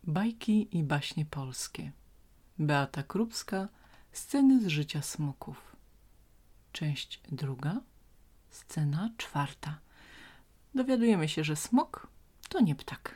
Bajki i baśnie polskie. Beata Krupska. Sceny z życia smoków. Część druga. Scena czwarta. Dowiadujemy się, że smok to nie ptak.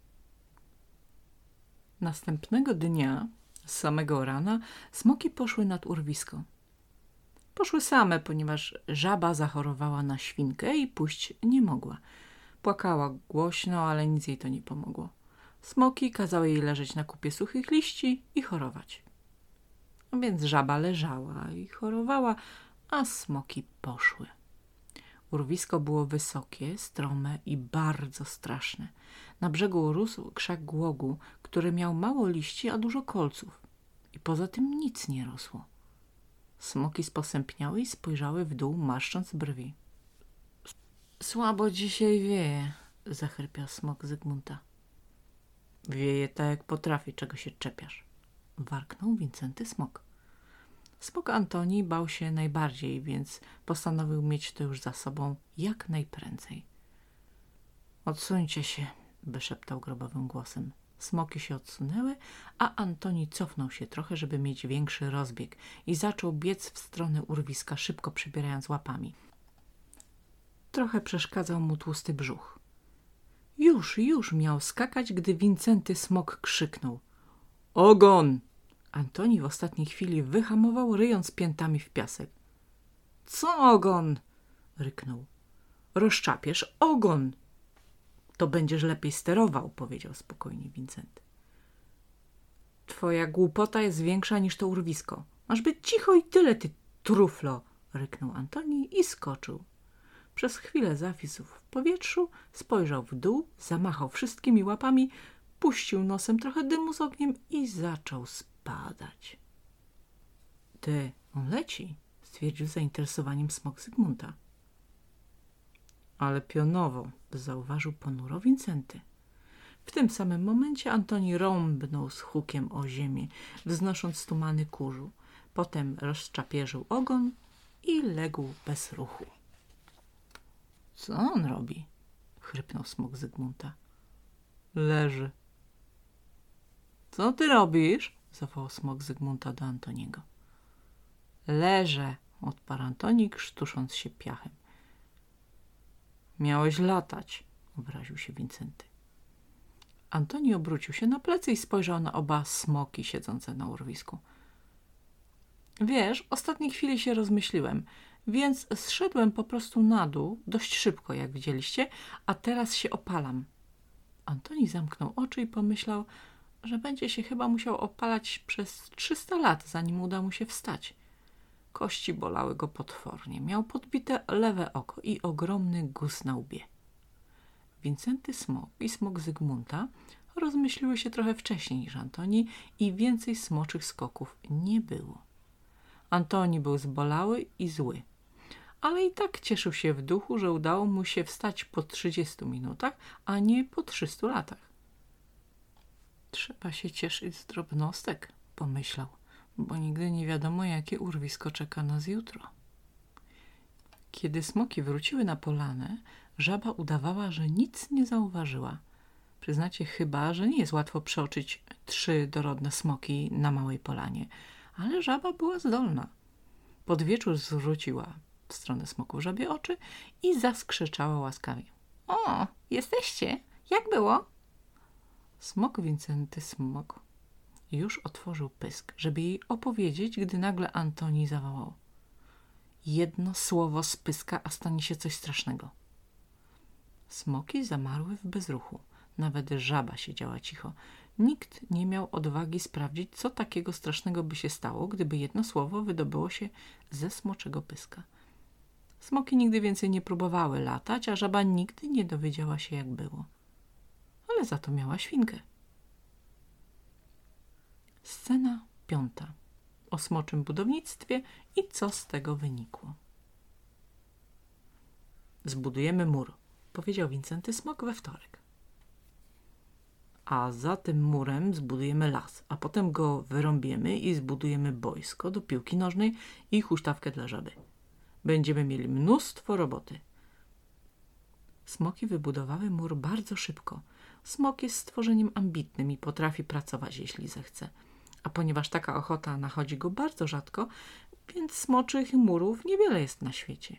Następnego dnia, z samego rana, smoki poszły nad urwisko. Poszły same, ponieważ żaba zachorowała na świnkę i pójść nie mogła. Płakała głośno, ale nic jej to nie pomogło. Smoki kazały jej leżeć na kupie suchych liści i chorować. Więc żaba leżała i chorowała, a smoki poszły. Urwisko było wysokie, strome i bardzo straszne. Na brzegu rósł krzak głogu, który miał mało liści, a dużo kolców. I poza tym nic nie rosło. Smoki sposępniały i spojrzały w dół, marszcząc brwi. Słabo dzisiaj wieje, zachrypiał smok Zygmunta. Wieje tak jak potrafi, czego się czepiasz, warknął Wincenty Smok. Smok Antoni bał się najbardziej, więc postanowił mieć to już za sobą jak najprędzej. Odsuńcie się, wyszeptał grobowym głosem. Smoki się odsunęły, a Antoni cofnął się trochę, żeby mieć większy rozbieg i zaczął biec w stronę urwiska, szybko przebierając łapami. Trochę przeszkadzał mu tłusty brzuch. Już miał skakać, gdy Wincenty Smok krzyknął. Ogon! Antoni w ostatniej chwili wyhamował, ryjąc piętami w piasek. Co ogon? Ryknął. Rozczapiesz ogon! To będziesz lepiej sterował, powiedział spokojnie Wincenty. Twoja głupota jest większa niż to urwisko. Masz być cicho i tyle, ty truflo! Ryknął Antoni i skoczył. Przez chwilę zawisł w powietrzu, spojrzał w dół, zamachał wszystkimi łapami, puścił nosem trochę dymu z ogniem i zaczął spadać. Ty, on leci, stwierdził z zainteresowaniem smok Zygmunta. Ale pionowo, zauważył ponuro Wincenty. W tym samym momencie Antoni rąbnął z hukiem o ziemię, wznosząc tumany kurzu. Potem rozczapierzył ogon i legł bez ruchu. Co on robi? Chrypnął smok Zygmunta. Leży. Co ty robisz? Zawołał smok Zygmunta do Antoniego. Leżę, odparł Antoni, krztusząc się piachem. Miałeś latać, obraził się Wincenty. Antoni obrócił się na plecy i spojrzał na oba smoki siedzące na urwisku. Wiesz, w ostatniej chwili się rozmyśliłem, więc zszedłem po prostu na dół, dość szybko, jak widzieliście, a teraz się opalam. Antoni zamknął oczy i pomyślał, że będzie się chyba musiał opalać przez 300 lat, zanim uda mu się wstać. Kości bolały go potwornie. Miał podbite lewe oko i ogromny guz na łbie. Wincenty Smok i smok Zygmunta rozmyśliły się trochę wcześniej niż Antoni i więcej smoczych skoków nie było. Antoni był zbolały i zły, ale i tak cieszył się w duchu, że udało mu się wstać po 30 minutach, a nie po 300 latach. Trzeba się cieszyć z drobnostek, pomyślał, bo nigdy nie wiadomo, jakie urwisko czeka nas jutro. Kiedy smoki wróciły na polanę, żaba udawała, że nic nie zauważyła. Przyznacie chyba, że nie jest łatwo przeoczyć 3 dorodne smoki na małej polanie, ale żaba była zdolna. Pod wieczór zwróciła w stronę smoków żabie oczy i zaskrzeczała łaskawie. O, jesteście? Jak było? Smok Wincenty Smok już otworzył pysk, żeby jej opowiedzieć, gdy nagle Antoni zawołał. Jedno słowo z pyska, a stanie się coś strasznego. Smoki zamarły w bezruchu. Nawet żaba siedziała cicho. Nikt nie miał odwagi sprawdzić, co takiego strasznego by się stało, gdyby jedno słowo wydobyło się ze smoczego pyska. Smoki nigdy więcej nie próbowały latać, a żaba nigdy nie dowiedziała się, jak było. Ale za to miała świnkę. Scena 5. O smoczym budownictwie i co z tego wynikło. Zbudujemy mur, powiedział Wincenty Smok we wtorek. A za tym murem zbudujemy las, a potem go wyrąbiemy i zbudujemy boisko do piłki nożnej i huśtawkę dla żaby. Będziemy mieli mnóstwo roboty. Smoki wybudowały mur bardzo szybko. Smok jest stworzeniem ambitnym i potrafi pracować, jeśli zechce. A ponieważ taka ochota nachodzi go bardzo rzadko, więc smoczych murów niewiele jest na świecie.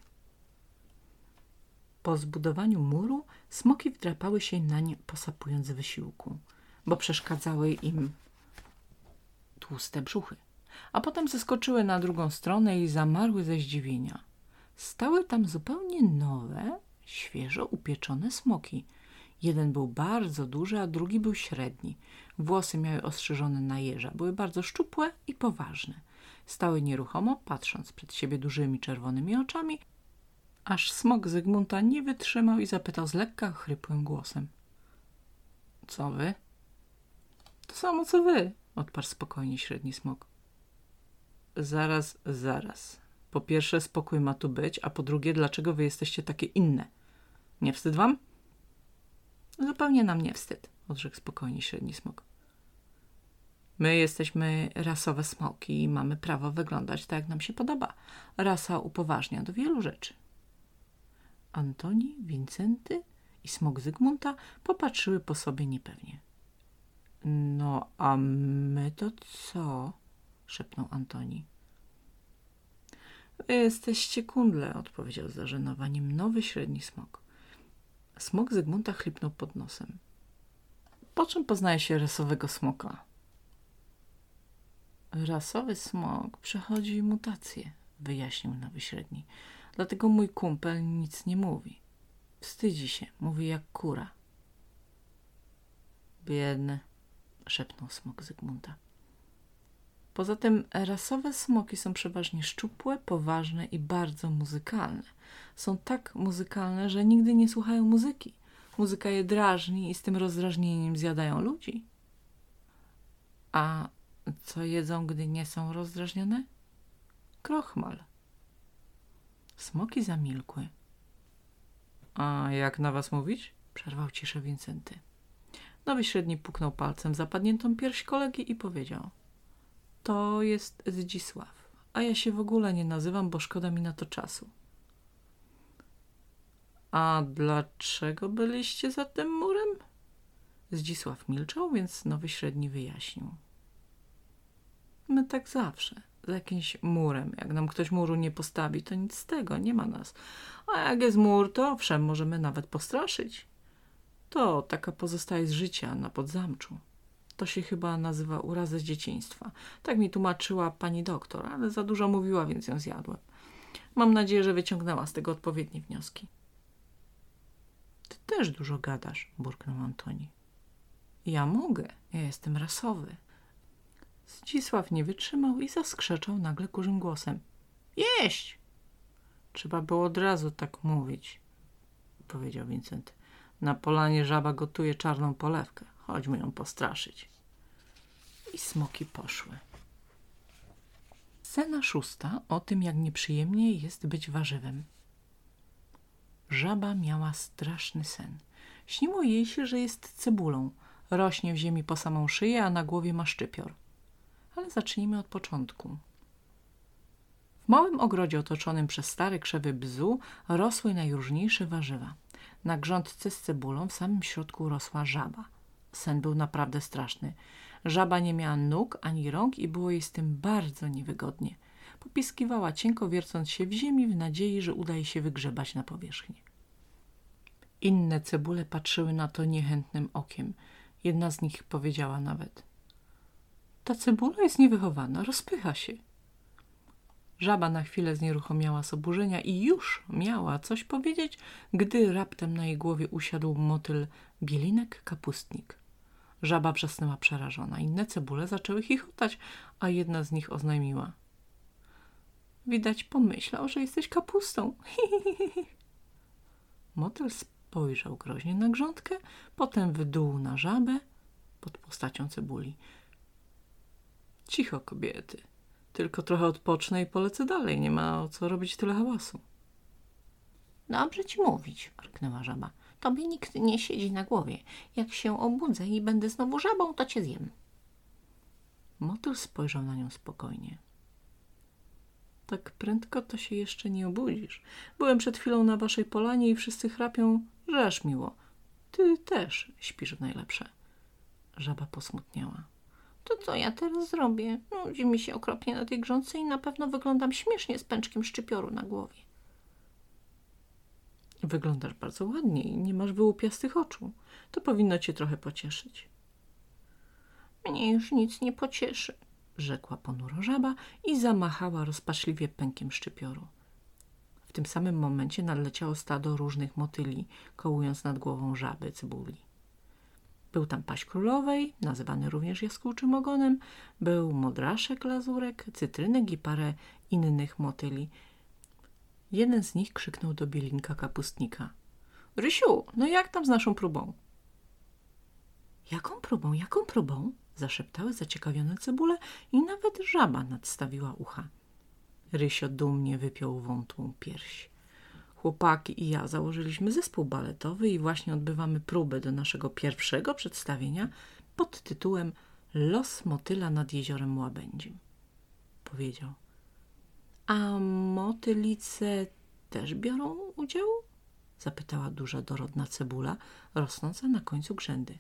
Po zbudowaniu muru smoki wdrapały się nań, posapując z wysiłku, bo przeszkadzały im tłuste brzuchy. A potem zeskoczyły na drugą stronę i zamarły ze zdziwienia. Stały tam zupełnie nowe, świeżo upieczone smoki. Jeden był bardzo duży, a drugi był średni. Włosy miały ostrzyżone na jeża, były bardzo szczupłe i poważne. Stały nieruchomo, patrząc przed siebie dużymi czerwonymi oczami, aż smok Zygmunta nie wytrzymał i zapytał z lekka chrypłym głosem. Co wy? To samo co wy, odparł spokojnie średni smok. Zaraz. Po pierwsze, spokój ma tu być, a po drugie, dlaczego wy jesteście takie inne? Nie wstyd wam? Zupełnie nam nie wstyd, odrzekł spokojnie średni smok. My jesteśmy rasowe smoki i mamy prawo wyglądać tak, jak nam się podoba. Rasa upoważnia do wielu rzeczy. Antoni, Wincenty i smok Zygmunta popatrzyły po sobie niepewnie. No, a my to co? Szepnął Antoni. Wy jesteście kundle, odpowiedział z zażenowaniem nowy średni smok. Smok Zygmunta chlipnął pod nosem. Po czym poznaje się rasowego smoka? Rasowy smok przechodzi mutację, wyjaśnił nowy średni. Dlatego mój kumpel nic nie mówi. Wstydzi się, mówi jak kura. Biedny, szepnął smok Zygmunta. Poza tym rasowe smoki są przeważnie szczupłe, poważne i bardzo muzykalne. Są tak muzykalne, że nigdy nie słuchają muzyki. Muzyka je drażni i z tym rozdrażnieniem zjadają ludzi. A co jedzą, gdy nie są rozdrażnione? Krochmal. Smoki zamilkły. A jak na was mówić? Przerwał ciszę Wincenty. Nowy średni puknął palcem w zapadniętą pierś kolegi i powiedział. To jest Zdzisław, a ja się w ogóle nie nazywam, bo szkoda mi na to czasu. A dlaczego byliście za tym murem? Zdzisław milczał, więc nowy średni wyjaśnił. My tak zawsze, za jakimś murem. Jak nam ktoś muru nie postawi, to nic z tego, nie ma nas. A jak jest mur, to owszem, możemy nawet postraszyć. To taka pozostaje z życia na Podzamczu. To się chyba nazywa uraza z dzieciństwa. Tak mi tłumaczyła pani doktor, ale za dużo mówiła, więc ją zjadłem. Mam nadzieję, że wyciągnęła z tego odpowiednie wnioski. Ty też dużo gadasz, burknął Antoni. Ja mogę, ja jestem rasowy. Zdzisław nie wytrzymał i zaskrzeczał nagle kurzym głosem. Jeść! Trzeba było od razu tak mówić, powiedział Wincenty. Na polanie żaba gotuje czarną polewkę. Chodźmy ją postraszyć. I smoki poszły. Scena 6 o tym, jak nieprzyjemnie jest być warzywem. Żaba miała straszny sen. Śniło jej się, że jest cebulą. Rośnie w ziemi po samą szyję, a na głowie ma szczypior. Ale zacznijmy od początku. W małym ogrodzie otoczonym przez stare krzewy bzu rosły najróżniejsze warzywa. Na grządce z cebulą w samym środku rosła żaba. Sen był naprawdę straszny. Żaba nie miała nóg ani rąk i było jej z tym bardzo niewygodnie. Popiskiwała cienko, wiercąc się w ziemi w nadziei, że uda jej się wygrzebać na powierzchnię. Inne cebule patrzyły na to niechętnym okiem. Jedna z nich powiedziała nawet: ta cebula jest niewychowana, rozpycha się. Żaba na chwilę znieruchomiała z oburzenia i już miała coś powiedzieć, gdy raptem na jej głowie usiadł motyl bielinek kapustnik. Żaba wrzasnęła przerażona. Inne cebule zaczęły chichotać, a jedna z nich oznajmiła: widać pomyślał, że jesteś kapustą. Motyl spojrzał groźnie na grządkę, potem w dół na żabę pod postacią cebuli. Cicho, kobiety. Tylko trochę odpocznę i polecę dalej. Nie ma o co robić tyle hałasu. Dobrze ci mówić, warknęła żaba. Tobie nikt nie siedzi na głowie. Jak się obudzę i będę znowu żabą, to cię zjem. Motyl spojrzał na nią spokojnie. Tak prędko to się jeszcze nie obudzisz. Byłem przed chwilą na waszej polanie i wszyscy chrapią, że aż miło. Ty też śpisz w najlepsze. Żaba posmutniała. To co ja teraz zrobię? Nudzi mi się okropnie na tej grządce i na pewno wyglądam śmiesznie z pęczkiem szczypioru na głowie. Wyglądasz bardzo ładnie i nie masz wyłupiastych oczu. To powinno cię trochę pocieszyć. Mnie już nic nie pocieszy, rzekła ponuro żaba i zamachała rozpaczliwie pękiem szczypioru. W tym samym momencie nadleciało stado różnych motyli, kołując nad głową żaby Cebuli. Był tam paź królowej, nazywany również jaskółczym ogonem, był modraszek lazurek, cytrynek i parę innych motyli. Jeden z nich krzyknął do Bielinka kapustnika. Rysiu, no jak tam z naszą próbą? Jaką próbą, jaką próbą? Zaszeptały zaciekawione cebule i nawet żaba nadstawiła ucha. Rysio dumnie wypiął wątłą pierś. Chłopaki i ja założyliśmy zespół baletowy i właśnie odbywamy próbę do naszego pierwszego przedstawienia pod tytułem Los motyla nad jeziorem Łabędzim, powiedział. A motylice też biorą udział? Zapytała duża dorodna cebula, rosnąca na końcu grzędy.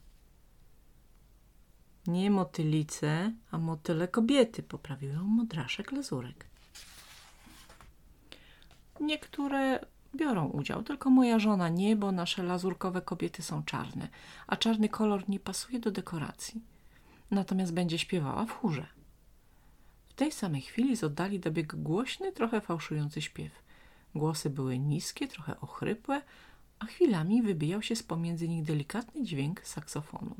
Nie motylice, a motyle kobiety, poprawił ją modraszek lazurek. Niektóre biorą udział, tylko moja żona nie, bo nasze lazurkowe kobiety są czarne, a czarny kolor nie pasuje do dekoracji. Natomiast będzie śpiewała w chórze. W tej samej chwili z oddali dobiegł głośny, trochę fałszujący śpiew. Głosy były niskie, trochę ochrypłe, a chwilami wybijał się z pomiędzy nich delikatny dźwięk saksofonu.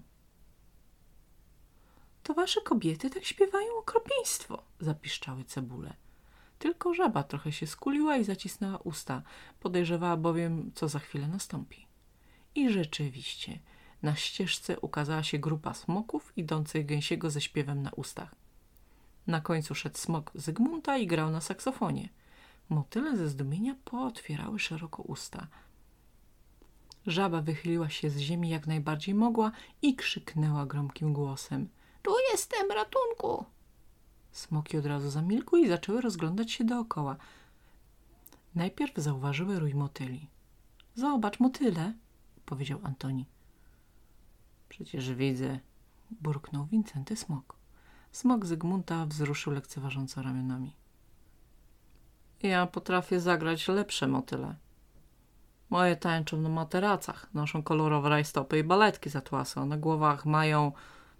To wasze kobiety tak śpiewają okropieństwo, zapiszczały cebule. Tylko żaba trochę się skuliła i zacisnęła usta, podejrzewała bowiem, co za chwilę nastąpi. I rzeczywiście, na ścieżce ukazała się grupa smoków idących gęsiego ze śpiewem na ustach. Na końcu szedł smok Zygmunta i grał na saksofonie. Motyle ze zdumienia pootwierały szeroko usta. Żaba wychyliła się z ziemi jak najbardziej mogła i krzyknęła gromkim głosem. Tu jestem, ratunku! Smoki od razu zamilkły i zaczęły rozglądać się dookoła. Najpierw zauważyły rój motyli. Zobacz, motyle, powiedział Antoni. Przecież widzę, burknął Wincenty smok. Smok Zygmunta wzruszył lekceważąco ramionami. Ja potrafię zagrać lepsze motyle. Moje tańczą na materacach, noszą kolorowe rajstopy i baletki z atłasu, a na głowach mają...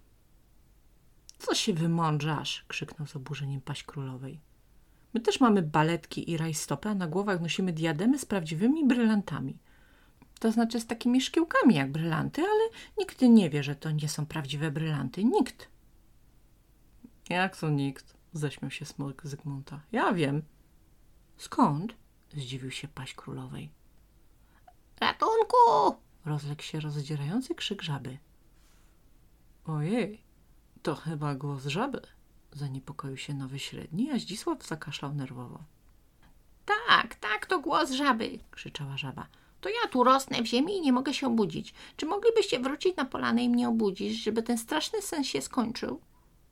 Co się wymądrzasz? Krzyknął z oburzeniem paź królowej. My też mamy baletki i rajstopy, a na głowach nosimy diademy z prawdziwymi brylantami. To znaczy z takimi szkiełkami jak brylanty, ale nikt nie wie, że to nie są prawdziwe brylanty. Nikt. Jak to nikt? Zaśmiał się smok Zygmunta. Ja wiem. Skąd? Zdziwił się paź królowej. Ratunku! Rozległ się rozdzierający krzyk żaby. Ojej, to chyba głos żaby. Zaniepokoił się nowy średni, a Zdzisław zakaszlał nerwowo. Tak, to głos żaby, krzyczała żaba. To ja tu rosnę w ziemi i nie mogę się obudzić. Czy moglibyście wrócić na polanę i mnie obudzić, żeby ten straszny sen się skończył?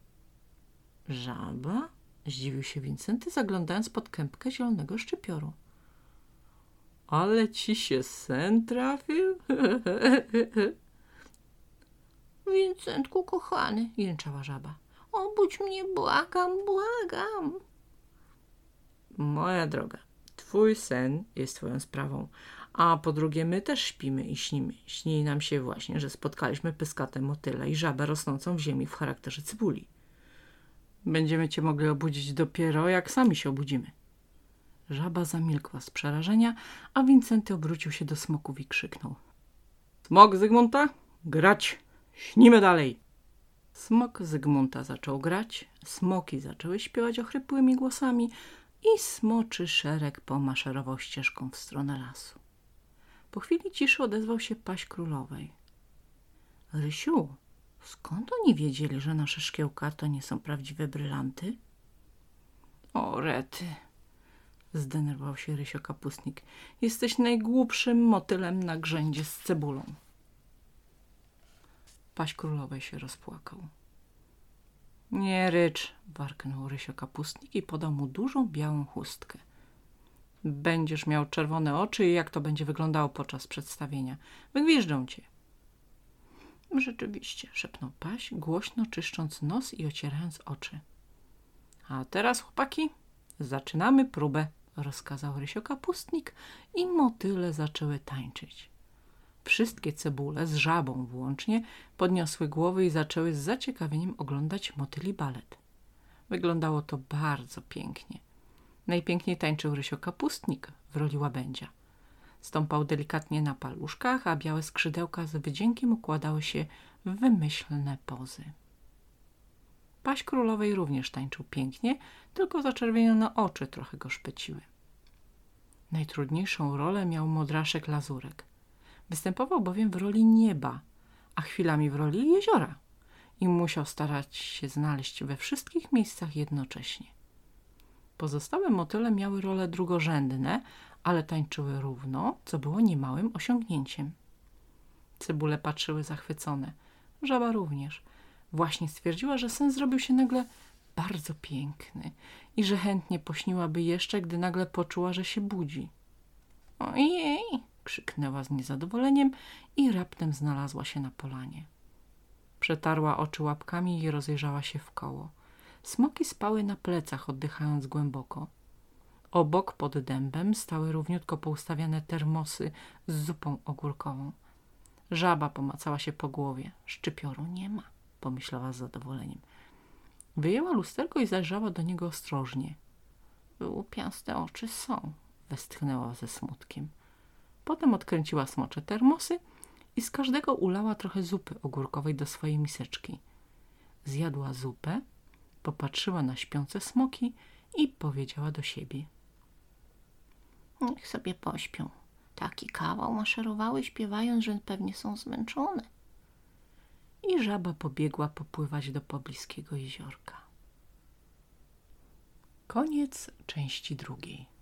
Żaba? Zdziwił się Wincenty, zaglądając pod kępkę zielonego szczypioru. Ale ci się sen trafił? Wincentku, kochany, jęczała żaba. Obudź mnie, błagam, błagam. Moja droga, twój sen jest twoją sprawą, a po drugie my też śpimy i śnimy. Śni nam się właśnie, że spotkaliśmy pyskatę motyla i żabę rosnącą w ziemi w charakterze cebuli. Będziemy cię mogli obudzić dopiero, jak sami się obudzimy. Żaba zamilkła z przerażenia, a Wincenty obrócił się do smoków i krzyknął. Smok Zygmunta, grać! Śnimy dalej! Smok Zygmunta zaczął grać, smoki zaczęły śpiewać ochrypłymi głosami i smoczy szereg pomaszerował ścieżką w stronę lasu. Po chwili ciszy odezwał się paź królowej. Rysiu, skąd oni wiedzieli, że nasze szkiełka to nie są prawdziwe brylanty? O rety, zdenerwował się Rysio kapustnik. Jesteś najgłupszym motylem na grzędzie z cebulą. Paź królowej się rozpłakał. Nie rycz, warknął Rysio kapustnik i podał mu dużą białą chustkę. Będziesz miał czerwone oczy i jak to będzie wyglądało podczas przedstawienia. Wygwizdzą cię. Rzeczywiście, szepnął Paź, głośno czyszcząc nos i ocierając oczy. A teraz, chłopaki, zaczynamy próbę, rozkazał Rysio Kapustnik i motyle zaczęły tańczyć. Wszystkie cebule, z żabą włącznie, podniosły głowy i zaczęły z zaciekawieniem oglądać motyli balet. Wyglądało to bardzo pięknie. Najpiękniej tańczył Rysio Kapustnik w roli łabędzia. Stąpał delikatnie na paluszkach, a białe skrzydełka z wydziękiem układały się w wymyślne pozy. Paź królowej również tańczył pięknie, tylko zaczerwienione oczy trochę go szpeciły. Najtrudniejszą rolę miał Modraszek Lazurek. Występował bowiem w roli nieba, a chwilami w roli jeziora i musiał starać się znaleźć we wszystkich miejscach jednocześnie. Pozostałe motyle miały role drugorzędne, ale tańczyły równo, co było niemałym osiągnięciem. Cebule patrzyły zachwycone, żaba również. Właśnie stwierdziła, że sen zrobił się nagle bardzo piękny i że chętnie pośniłaby jeszcze, gdy nagle poczuła, że się budzi. Ojej! Krzyknęła z niezadowoleniem i raptem znalazła się na polanie. Przetarła oczy łapkami i rozejrzała się wkoło. Smoki spały na plecach, oddychając głęboko. Obok pod dębem stały równiutko poustawiane termosy z zupą ogórkową. Żaba pomacała się po głowie. Szczypioru nie ma, pomyślała z zadowoleniem. Wyjęła lusterko i zajrzała do niego ostrożnie. Łupiaste oczy są, westchnęła ze smutkiem. Potem odkręciła smocze termosy i z każdego ulała trochę zupy ogórkowej do swojej miseczki. Zjadła zupę, popatrzyła na śpiące smoki i powiedziała do siebie. Niech sobie pośpią. Taki kawał maszerowały śpiewając, że pewnie są zmęczone. I żaba pobiegła popływać do pobliskiego jeziorka. Koniec części drugiej.